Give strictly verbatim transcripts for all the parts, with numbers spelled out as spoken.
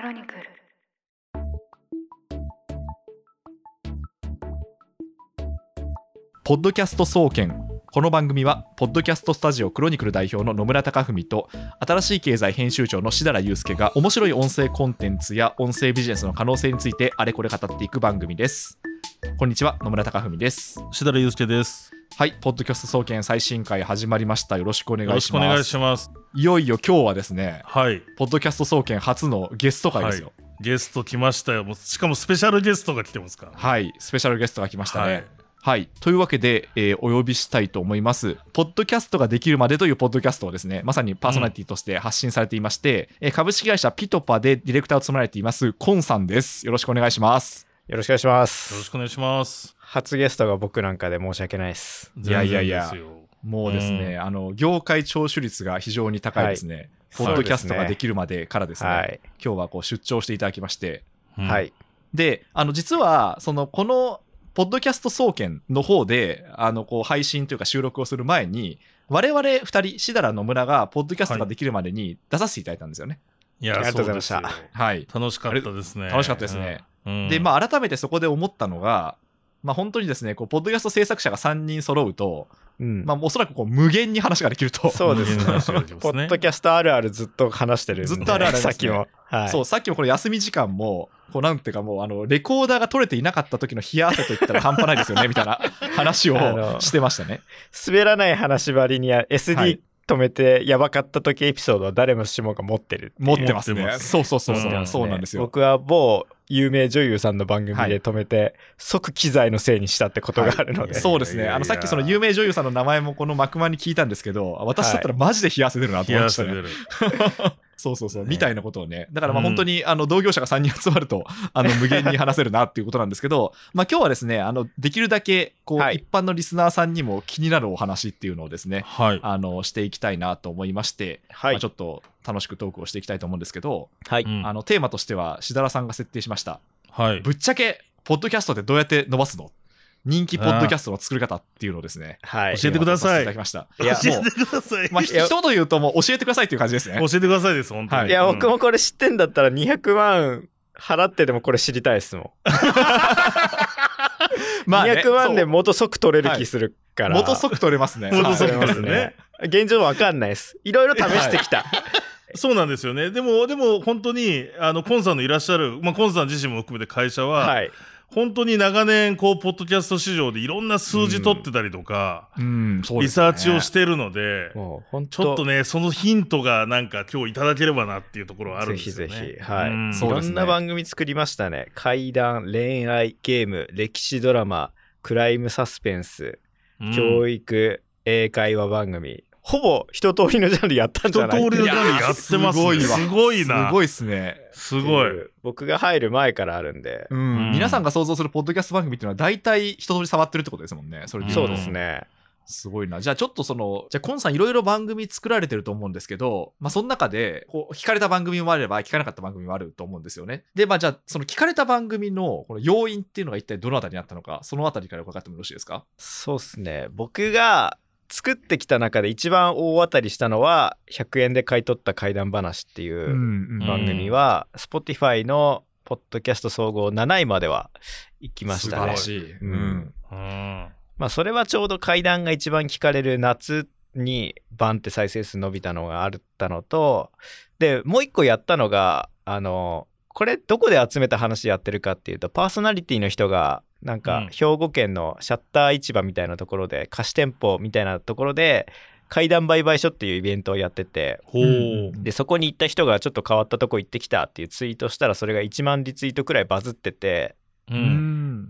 クロニクル。 ポッドキャスト総研。この番組はポッドキャストスタジオクロニクル代表の野村貴文と新しい経済編集長の志田祐介が面白い音声コンテンツや音声ビジネスの可能性についてあれこれ語っていく番組です。こんにちは、野村貴文です。 志田祐介です。 はい、ポッドキャスト総研最新回始まりました。よろしくお願いします。 よろしくお願いします。 いよいよ今日はですね、 はい、 ポッドキャスト総研初のゲスト会ですよ。 はい、ゲスト来ましたよ。もうしかもスペシャルゲストが来てますから、ね、 はい、スペシャルゲストが来ましたね。 はいはい、というわけで、えー、お呼びしたいと思います。ポッドキャストができるまでというポッドキャストをですね、まさにパーソナリティとして発信されていまして、うん、えー、株式会社ピトパでディレクターを務められていますコンさんです。よろしくお願いします。 よろしくお願いします。 よろしくお願いします。 初ゲストが僕なんかで申し訳ないです。 いやいやいや、もうですね、うん、あの業界聴取率が非常に高いですね、はい、ポッドキャストができるまでからですね、はい、今日はこう出張していただきまして、 うん、はいで、あの実はそのこのポッドキャスト総研の方であのこう配信というか収録をする前に我々ふたり、志田ら野村がポッドキャストができるまでに出させていただいたんですよね。 いや、 ありがとうございました。 はい、 楽しかったですね。 楽しかったですね、 うん、 で、まあ、改めてそこで思ったのが、まあ、本当にですね、こうポッドキャスト制作者がさんにん揃うと、うん、まあ、おそらくこう無限に話ができると。 そうですね。ポッドキャストあるあるずっと話してるんで。 ずっとあるある、ね、 さっきも、はい、 そう、さっきもこれ休み時間もこうなんていうかもうあのレコーダーが取れていなかった時の冷や汗といったら半端ないですよねみたいな話をしてましたね。 滑らない話ばりに エスディー、はい、止めてやばかった時エピソードは誰もしもが持ってる持ってますね。そうそうそうそう、うん、そうなんですよ。 僕は某有名女優さんの番組で止めて、はい、即機材のせいにしたってことがあるので、 はい、そうですね。あのさっきその有名女優さんの名前もこの幕間に聞いたんですけど、私だったらマジで冷や汗出るなと思いましたね。そうそうそう、ね、みたいなことをね。だからまあ本当にあの同業者がさんにん集まるとあの無限に話せるなっていうことなんですけど、まあ今日はですね、あのできるだけこう、はい、一般のリスナーさんにも気になるお話っていうのをですね、はい、あのしていきたいなと思いまして、はい、まあ、ちょっと楽しくトークをしていきたいと思うんですけど、はい、あのテーマとしては志田さんが設定しました。はい、ぶっちゃけポッドキャストってどうやって伸ばすの？人気ポッドキャストの作り方っていうのをですね、 はい、教えてください。 いただきました。 いや、教えてください。 まあ、一言言うともう教えてくださいっていう感じですね。 教えてくださいです、本当に。 はい、いや、僕もこれ知ってんだったらにひゃくまん払ってでもこれ知りたいですもん。まあ、ね、にひゃくまんで元即取れる気するから。 はい、元即取れますね。 元即取れますね。現状わかんないです。いろいろ試してきた。 そうなんですよね。でも、でも本当に、あの、コンさんのいらっしゃる、まあ、コンさん自身も含めて会社は、はい、本当に長年こうポッドキャスト市場でいろんな数字取ってたりとか、うんうんそうですね、リサーチをしてるので、もうちょっとねそのヒントがなんか今日いただければなっていうところはあるんですよね。 ぜひぜひ、はい、うん、いろんな番組作りましたね。怪談、恋愛、ゲーム、歴史ドラマ、クライムサスペンス、うん、教育、英会話番組。ほぼ一通りのジャンルやったんじゃない？ 一通りのジャンルやってます。すごいわ。すごいな。 すごいっすね。 すごい。 僕が入る前からあるんで、 うんうん、皆さんが想像するポッドキャスト番組っていうのは大体一通り触ってるってことですもんね。それでそうですね。 すごいな。じゃあちょっとそのじゃあコンさんいろいろ番組作られてると思うんですけど、まあその中でこう聞かれた番組もあれば聞かなかった番組もあると思うんですよね。でまあじゃあその聞かれた番組のこの要因っていうのが一体どのあたりにあったのか、そのあたりから伺ってもよろしいですか？ そうですね。僕が作ってきた中で一番大当たりしたのはひゃくえんで買い取った怪談話っていう番組は Spotify のポッドキャスト総合なないまでは行きましたね。 素晴らしい、うんうんまあ、それはちょうど怪談が一番聞かれる夏にバンって再生数伸びたのがあったのと、でもう一個やったのがあのこれどこで集めた話やってるかっていうと、パーソナリティの人がなんか兵庫県のシャッター市場みたいなところで貸し店舗みたいなところで怪談売買所っていうイベントをやってて、でそこに行った人がちょっと変わったとこ行ってきたっていうツイートしたらそれがいちまんリツイートくらいバズってて、うん、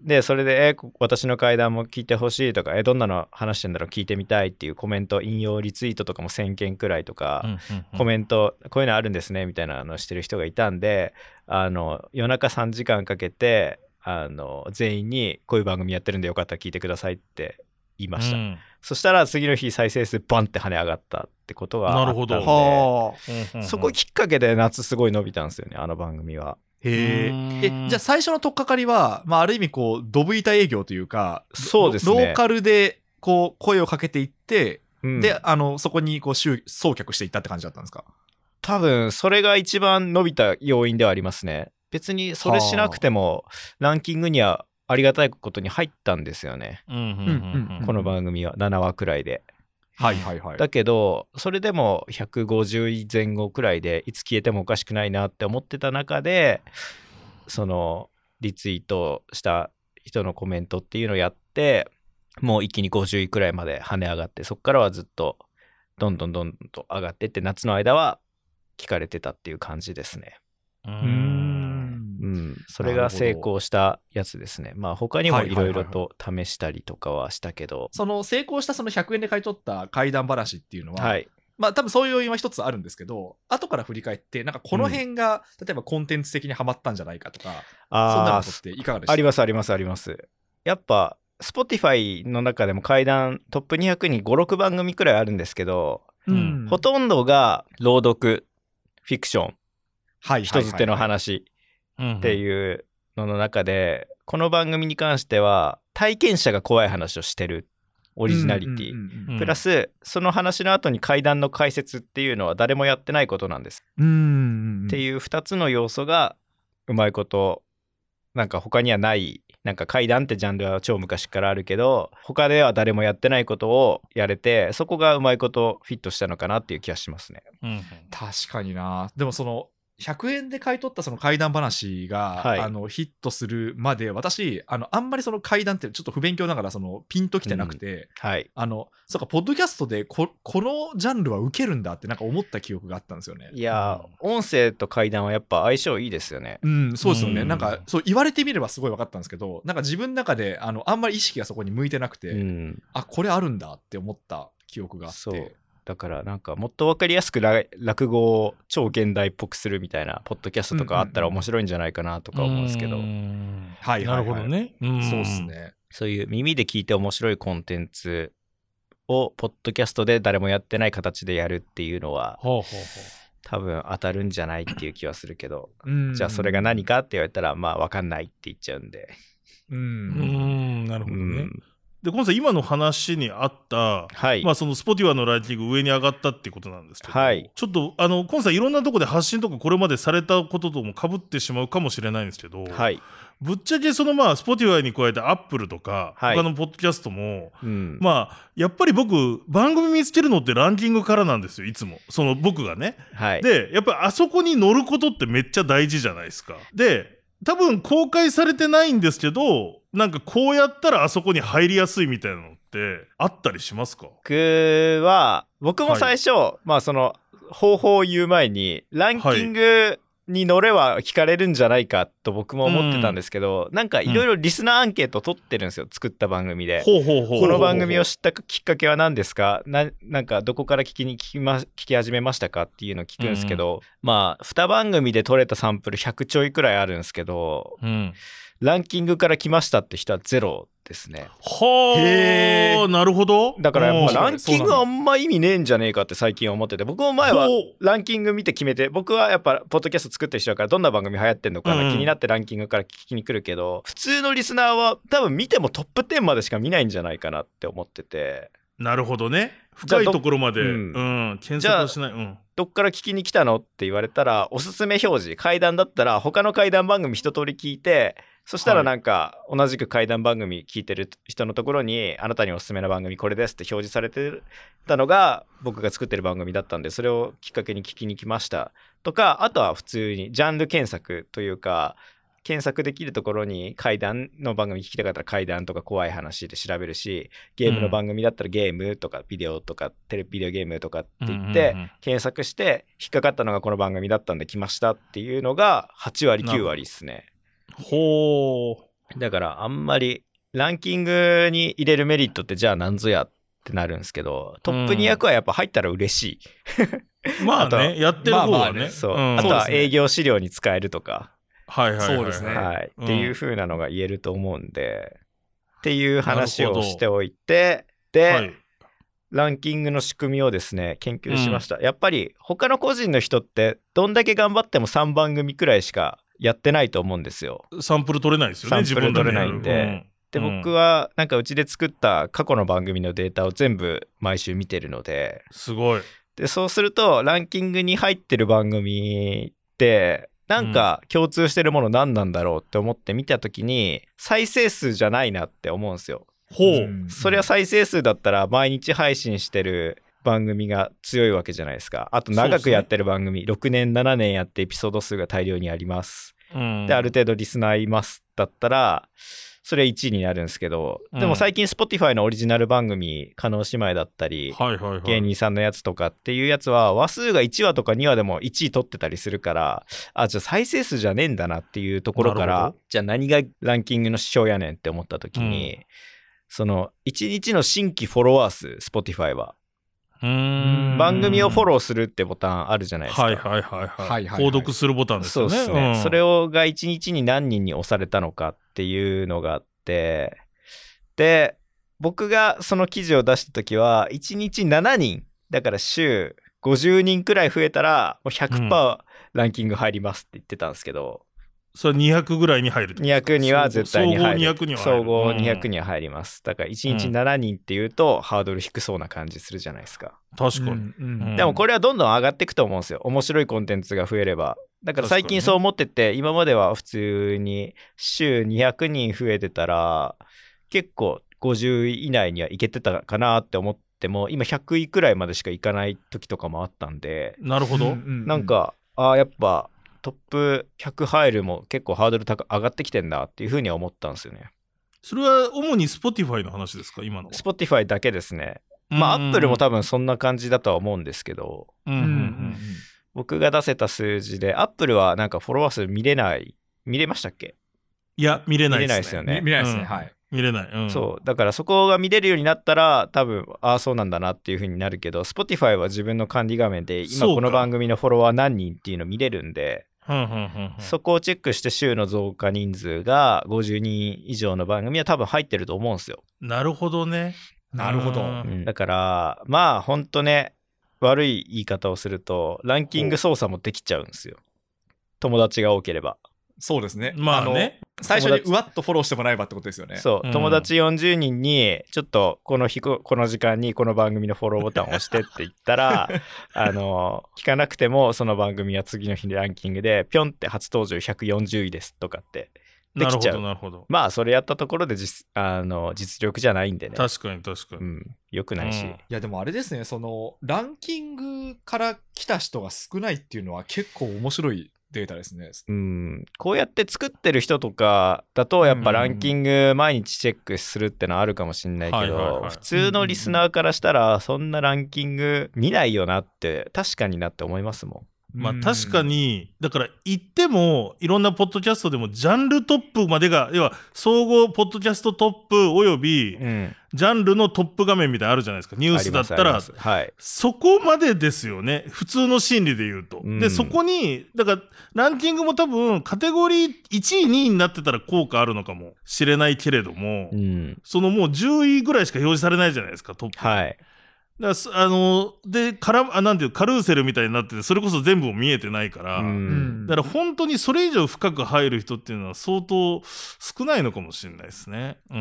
でそれでえ私の怪談も聞いてほしいとかえどんなの話してんだろう聞いてみたいっていうコメント引用リツイートとかもせんけんくらいとか、うんうんうん、コメントこういうのあるんですねみたいなのをしてる人がいたんで、あの夜中さんじかんかけてあの全員にこういう番組やってるんでよかったら聞いてくださいって言いました、うん、そしたら次の日再生数バンって跳ね上がったってことがあったんで、なるほど、そこきっかけで夏すごい伸びたんですよね、あの番組は。 へえ。じゃあ最初の取っかかりは、まあ、ある意味こうドブ板営業というか、 そうですね、 ローカルでこう声をかけていって、うん、であのそこにこう集送客していったって感じだったんですか？ 多分それが一番伸びた要因ではありますね。別にそれしなくてもランキングにはありがたいことに入ったんですよね、 うんうんうんうん、 この番組はななわくらいで。 はいはいはい。 だけどそれでもひゃくごじゅういぜん後くらいでいつ消えてもおかしくないなって思ってた中で、そのリツイートした人のコメントっていうのをやって、もう一気にごじゅういくらいまで跳ね上がって、そこからはずっとどんどんどんどんと上がってって、夏の間は聞かれてたっていう感じですね。 うーん、 うん、それが成功したやつですね。まあ他にもいろいろと試したりとかはしたけど、はいはいはいはい、 その成功したそのひゃくえんで買い取った怪談話っていうのは、 はい、 まあ多分そういう要因は一つあるんですけど、後から振り返ってなんかこの辺が、うん、例えばコンテンツ的にハマったんじゃないかとか、あ、そんなことっていかがでしたか？ ありますありますあります。やっぱ Spotify の中でも怪談トップにひゃくにご、ろくばん組くらいあるんですけど、うん、ほとんどが朗読フィクション、はい、人づての話っていうのの中で、この番組に関しては体験者が怖い話をしてるオリジナリティ、うんうんうんうん、プラスその話の後に怪談の解説っていうのは誰もやってないことなんです、うんうんうん、っていうふたつの要素がうまいことなんか他にはない、なんか怪談ってジャンルは超昔からあるけど他では誰もやってないことをやれて、そこがうまいことフィットしたのかなっていう気がしますね、うん、 確かにな。でもそのひゃくえんで買い取ったその怪談話が、はい、あのヒットするまで私 あのあんまりその怪談ってちょっと不勉強ながらそのピンときてなくて、うん、はい、あのそうかポッドキャストで こ, このジャンルはウケるんだってなんか思った記憶があったんですよね。 いや、うん、音声と怪談はやっぱ相性いいですよね。 うん、そうですよね、うん、なんかそう言われてみればすごい分かったんですけど、なんか自分の中で あのあんまり意識がそこに向いてなくて、うん、あこれあるんだって思った記憶があって、そうだからなんかもっと分かりやすく落語を超現代っぽくするみたいなポッドキャストとかあったら面白いんじゃないかなとか思うんですけど、うんうんうん、 はいはいはい、なるほどね、 うん、そうですね。 そういう耳で聞いて面白いコンテンツをポッドキャストで誰もやってない形でやるっていうのは、ほうほうほう、多分当たるんじゃないっていう気はするけど、じゃあそれが何かって言われたらまあ分かんないって言っちゃうんで、 うん、うん、なるほどね、うん。で今さん今の話にあった、はい、まあその Spotify のランキング上に上がったっていうことなんですけど、はい、ちょっとあの今さんいろんなとこで発信とかこれまでされたこととも被ってしまうかもしれないんですけど、はい、ぶっちゃけそのまあ Spotify に加えて Apple とか、はい、他のポッドキャストも、うん、まあやっぱり僕番組見つけるのってランキングからなんですよ、いつもその僕がね、はい、でやっぱりあそこに乗ることってめっちゃ大事じゃないですか。で多分公開されてないんですけど、なんかこうやったらあそこに入りやすいみたいなのってあったりしますか？ 僕は僕も最初、はい、まあその方法を言う前にランキングに乗れば聞かれるんじゃないかと僕も思ってたんですけど、うん、なんかいろいろリスナーアンケート取ってるんですよ、作った番組で。ほうほうほう、この番組を知ったきっかけは何ですか、 な, なんかどこから聞きに聞き、ま、聞き始めましたかっていうのを聞くんですけど、うん、まあにばん組で取れたサンプルひゃくちょいくらいあるんですけど、うん、ランキングから来ましたって人はゼロですね。 はあ、なるほど。 だからまあランキングはあんま意味ねえんじゃねえかって最近思ってて、僕も前はランキング見て決めて、僕はやっぱポッドキャスト作ってる人だからどんな番組流行ってんのかな、うん、気になってランキングから聞きに来るけど、普通のリスナーは多分見てもトップじゅうまでしか見ないんじゃないかなって思ってて。 なるほどね。深いところまで、うんうん、検索はしない、うん、 どっから聞きに来たのって言われたらおすすめ表示、怪談だったら他の怪談番組一通り聞いて、そしたらなんか同じく怪談番組聞いてる人のところにあなたにおすすめな番組これですって表示されてたのが僕が作ってる番組だったんで、それをきっかけに聞きに来ましたとか、あとは普通にジャンル検索というか検索できるところに怪談の番組聞きたかったら怪談とか怖い話で調べるし、ゲームの番組だったらゲームとかビデオとかテレビデオゲームとかって言って検索して引っかかったのがこの番組だったんで来ましたっていうのがはちわりきゅうわりですね。 ほう。だからあんまりランキングに入れるメリットってじゃあ何ぞやってなるんですけど、トップにひゃくはやっぱ入ったら嬉しい。 まあね、やってる方はね。まあまあね、 そう、うん、あとは営業資料に使えるとか。 はいはいはい、はい、 そうですね、 はい、っていう風なのが言えると思うんで、っていう話をしておいて、で、はい、ランキングの仕組みをですね研究しました、うん、やっぱり他の個人の人ってどんだけ頑張ってもさんばん組くらいしかやってないと思うんですよ。 サンプル取れないですよね。 サンプル取れないんで、うん、で僕はなんかうちで作った過去の番組のデータを全部毎週見てるので、 すごい。 でそうするとランキングに入ってる番組ってなんか共通してるもの何なんだろうって思って見た時に再生数じゃないなって思うんですよ。 ほう、うん、 それは再生数だったら毎日配信してる番組が強いわけじゃないですか。あと長くやってる番組、ね、ろくねんななねんやってエピソード数が大量にあります、うん、である程度リスナーいますだったらそれはいちいになるんですけど、でも最近 Spotify のオリジナル番組叶姉妹だったり、はいはいはい、芸人さんのやつとかっていうやつは話数がいちわとかにわでもいちい取ってたりするから、あじゃあ再生数じゃねえんだなっていうところから、じゃあ何がランキングの指標やねんって思った時に、うん、そのいちにちの新規フォロワー数 Spotify はうーん番組をフォローするってボタンあるじゃないですか。 はいはいはいはい。購読するボタンですよね。 そうですね、うん、それをがいちにちに何人に押されたのかっていうのがあって、で僕がその記事を出した時はいちにちしちにんだから週ごじゅうにんくらい増えたらもう ひゃくパーセント ランキング入りますって言ってたんですけど、 それにひゃくぐらいに入るってことですか？ にひゃくには絶対に入る。 総合にひゃくには入る。 総合にひゃくには入ります。だからいちにちしちにんっていうと、うん、ハードル低そうな感じするじゃないですか。 確かに、うんうん、でもこれはどんどん上がっていくと思うんですよ。面白いコンテンツが増えれば。だから最近そう思ってて、ね、今までは普通に週にひゃくにん増えてたら結構ごじゅうい以内にはいけてたかなって思っても、今ひゃくいくらいまでしかいかない時とかもあったんで。 なるほど、うんうんうん、なんかあやっぱトップひゃく入るも結構ハードル高上がってきてんだっていうふうには思ったんですよね。 それは主に Spotify の話ですか？今のは Spotify だけですね。まあ Apple も多分そんな感じだとは思うんですけど、うんうんうん、僕が出せた数字で Apple はなんかフォロワー数見れない見れましたっけ？ いや見れないですね。 見れないですよね。 見れないですね、うん、はい見れない、うん、 そうだからそこが見れるようになったら多分ああそうなんだなっていう風になるけど、 Spotify は自分の管理画面で今この番組のフォロワー何人っていうの見れるんで、そこをチェックして週の増加人数がごじゅうにん以上の番組は多分入ってると思うんですよ。 なるほどね。 なるほど、 うん、だからまあほんとね、悪い言い方をするとランキング操作もできちゃうんですよ、友達が多ければ。 そうですね。 まあね、 あの最初にうわっとフォローしてもらえばってことですよね。 そう、うん、友達よんじゅうにんにちょっとこの日この時間にこの番組のフォローボタンを押してって言ったらあの聞かなくてもその番組は次の日のランキングでピョンって初登場ひゃくよんじゅういですとかってできちゃう。 なるほどなるほど。 まあそれやったところで 実, あの実力じゃないんでね。 確かに確かに、 うん、よくないし、うん、いやでもあれですね、そのランキングから来た人が少ないっていうのは結構面白いデータですね。 うん、こうやって作ってる人とかだとやっぱランキング毎日チェックするってのはあるかもしれないけど、普通のリスナーからしたらそんなランキング見ないよなって確かになって思いますもん。 まあ確かに、だから言ってもいろんなポッドキャストでもジャンルトップまでが、要は総合ポッドキャストトップおよびジャンルのトップ画面みたいなのあるじゃないですか。ニュースだったら、はい、そこまでですよね、普通の心理で言うと、うん、でそこにだからランキングも多分カテゴリーいちいにいになってたら効果あるのかもしれないけれども、うん、そのもうじゅういぐらいしか表示されないじゃないですか、トップ。 はい、 だからあのでからあなんていうカルーセルみたいになっててそれこそ全部見えてないから、うん、だから本当にそれ以上深く入る人っていうのは相当少ないのかもしれないですね。うん、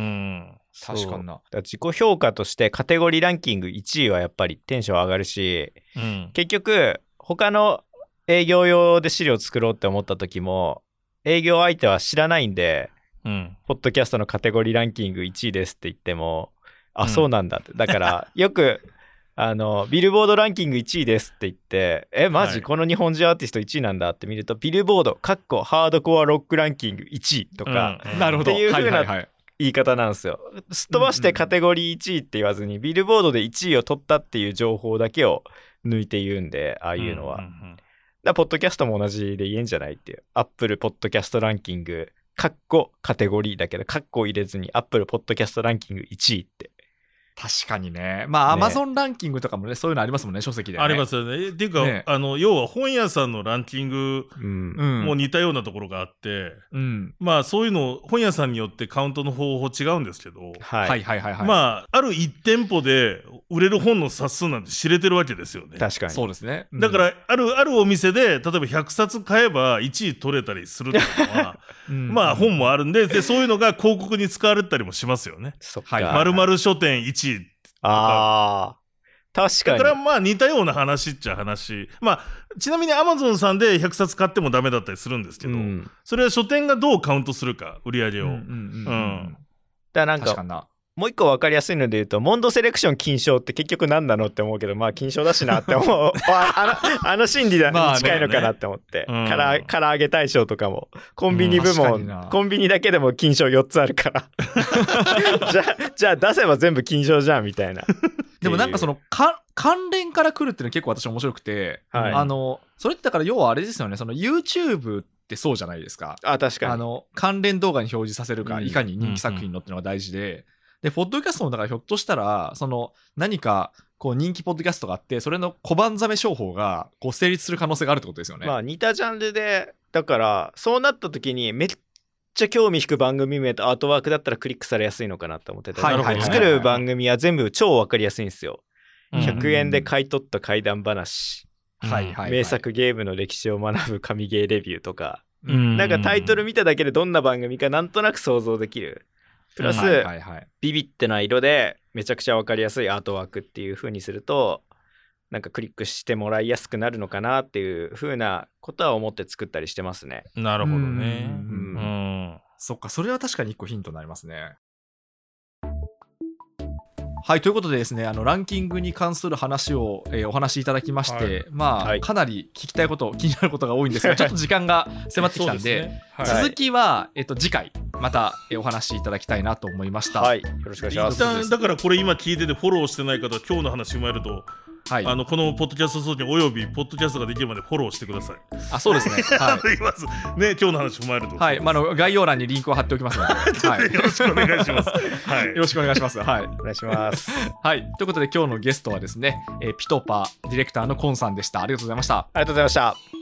確かにな。 だ自己評価としてカテゴリーランキングいちいはやっぱりテンション上がるし、うん、結局他の営業用で資料作ろうって思った時も営業相手は知らないんで、うん、ポッドキャストのカテゴリーランキングいちいですって言ってもあ、うん、そうなんだって。だからよくあのビルボードランキングいちいですって言ってえマジ、はい、この日本人アーティストいちいなんだって見るとビルボードかっこハードコアロックランキングいちいとか、 うん、なるほどっていう風な言い方なんですよ。すっ飛ばしてカテゴリーいちいって言わずに、うんうん、ビルボードでいちいを取ったっていう情報だけを抜いて言うんで、ああいうのは、うんうんうん、だポッドキャストも同じで言えんじゃないっていう。アップルポッドキャストランキングかっこカテゴリーだけどカッコ入れずにアップルポッドキャストランキングいちいって確かにね。まあ、アマゾンランキングとかもね、そういうのありますもんね、書籍で、ね。 ありますよね。っていうか、ね、あの、要は本屋さんのランキングも似たようなところがあって、うん、まあ、そういうの、本屋さんによってカウントの方法違うんですけど、 はい、はいはいはいはい。 まあ、ある一店舗で売れる本の冊数なんて知れてるわけですよね。 確かに。 そうですね。 うん、だから、ある、あるお店で、例えばひゃくさつ買えばいちい取れたりするっていうのは、うん、まあ、本もあるんで、で、そういうのが広告に使われたりもしますよね。 そっか。 〇〇書店いちい。 ああ確かに。 だからまあ似たような話っちゃ話。まあちなみに Amazon さんでひゃくさつ買ってもダメだったりするんですけど、うん、それは書店がどうカウントするか、売り上げを。うんうんうんうん、 だからなんか、かもう一個分かりやすいので言うと、モンドセレクション金賞って結局何なのって思うけど、まあ金賞だしなって思う。あ, のあの心理だに近いのかなって思って。まあね、から唐揚げ大賞とかも、コンビニ部門、うん、コンビニだけでも金賞よっつあるから。じゃあ、じゃあ出せば全部金賞じゃんみたいな。 でもなんかそのか関連から来るっていうのは結構私面白くて、はい、あのそれってだから要はあれですよね、その YouTube ってそうじゃないですか。 あ、確かに。 あの関連動画に表示させるか、うん、いかに人気作品のっていうのが大事で、うんうん、でポッドキャストもだからひょっとしたらその何かこう人気ポッドキャストがあって、それの小判ザメ商法がこう成立する可能性があるってことですよね。 まあ似たジャンルで、だからそうなった時にめっちゃ興味引く番組名とアートワークだったらクリックされやすいのかなと思ってて、はいはいはいはい、作る番組は全部超分かりやすいんですよ。ひゃくえんで買い取った怪談話、うんはいはいはい、名作ゲームの歴史を学ぶ神ゲーレビューとか、うん、なんかタイトル見ただけでどんな番組かなんとなく想像できる。プラス、はいはいはい、ビビってな色でめちゃくちゃ分かりやすいアートワークっていう風にすると、なんかクリックしてもらいやすくなるのかなっていう風なことは思って作ったりしてますね。 なるほどね。うん、うんうん、そっか、それは確かに一個ヒントになりますね。はい、ということでですね、あのランキングに関する話を、えー、お話しいただきまして、はい、まあ、はい、かなり聞きたいこと、気になることが多いんですが、ちょっと時間が迫ってきたんで、ねはい、続きは、えっと、次回また、えー、お話しいただきたいなと思いました。 はい、よろしくお願いします。 一旦だからこれ今聞いててフォローしてない方は今日の話踏まえると、はい、あのこのポッドキャスト装置およびポッドキャストができるまでフォローしてください。 あ、そうですね。はい、 言いますね、今日の話踏まえると。 はい、まあ、の概要欄にリンクを貼っておきますので、はい、 よろしくお願いします。はい、 よろしくお願いします。はい、 お願いします。 はい、ということで今日のゲストはですね、えー、ピトパディレクターのコンさんでした。ありがとうございました。 ありがとうございました。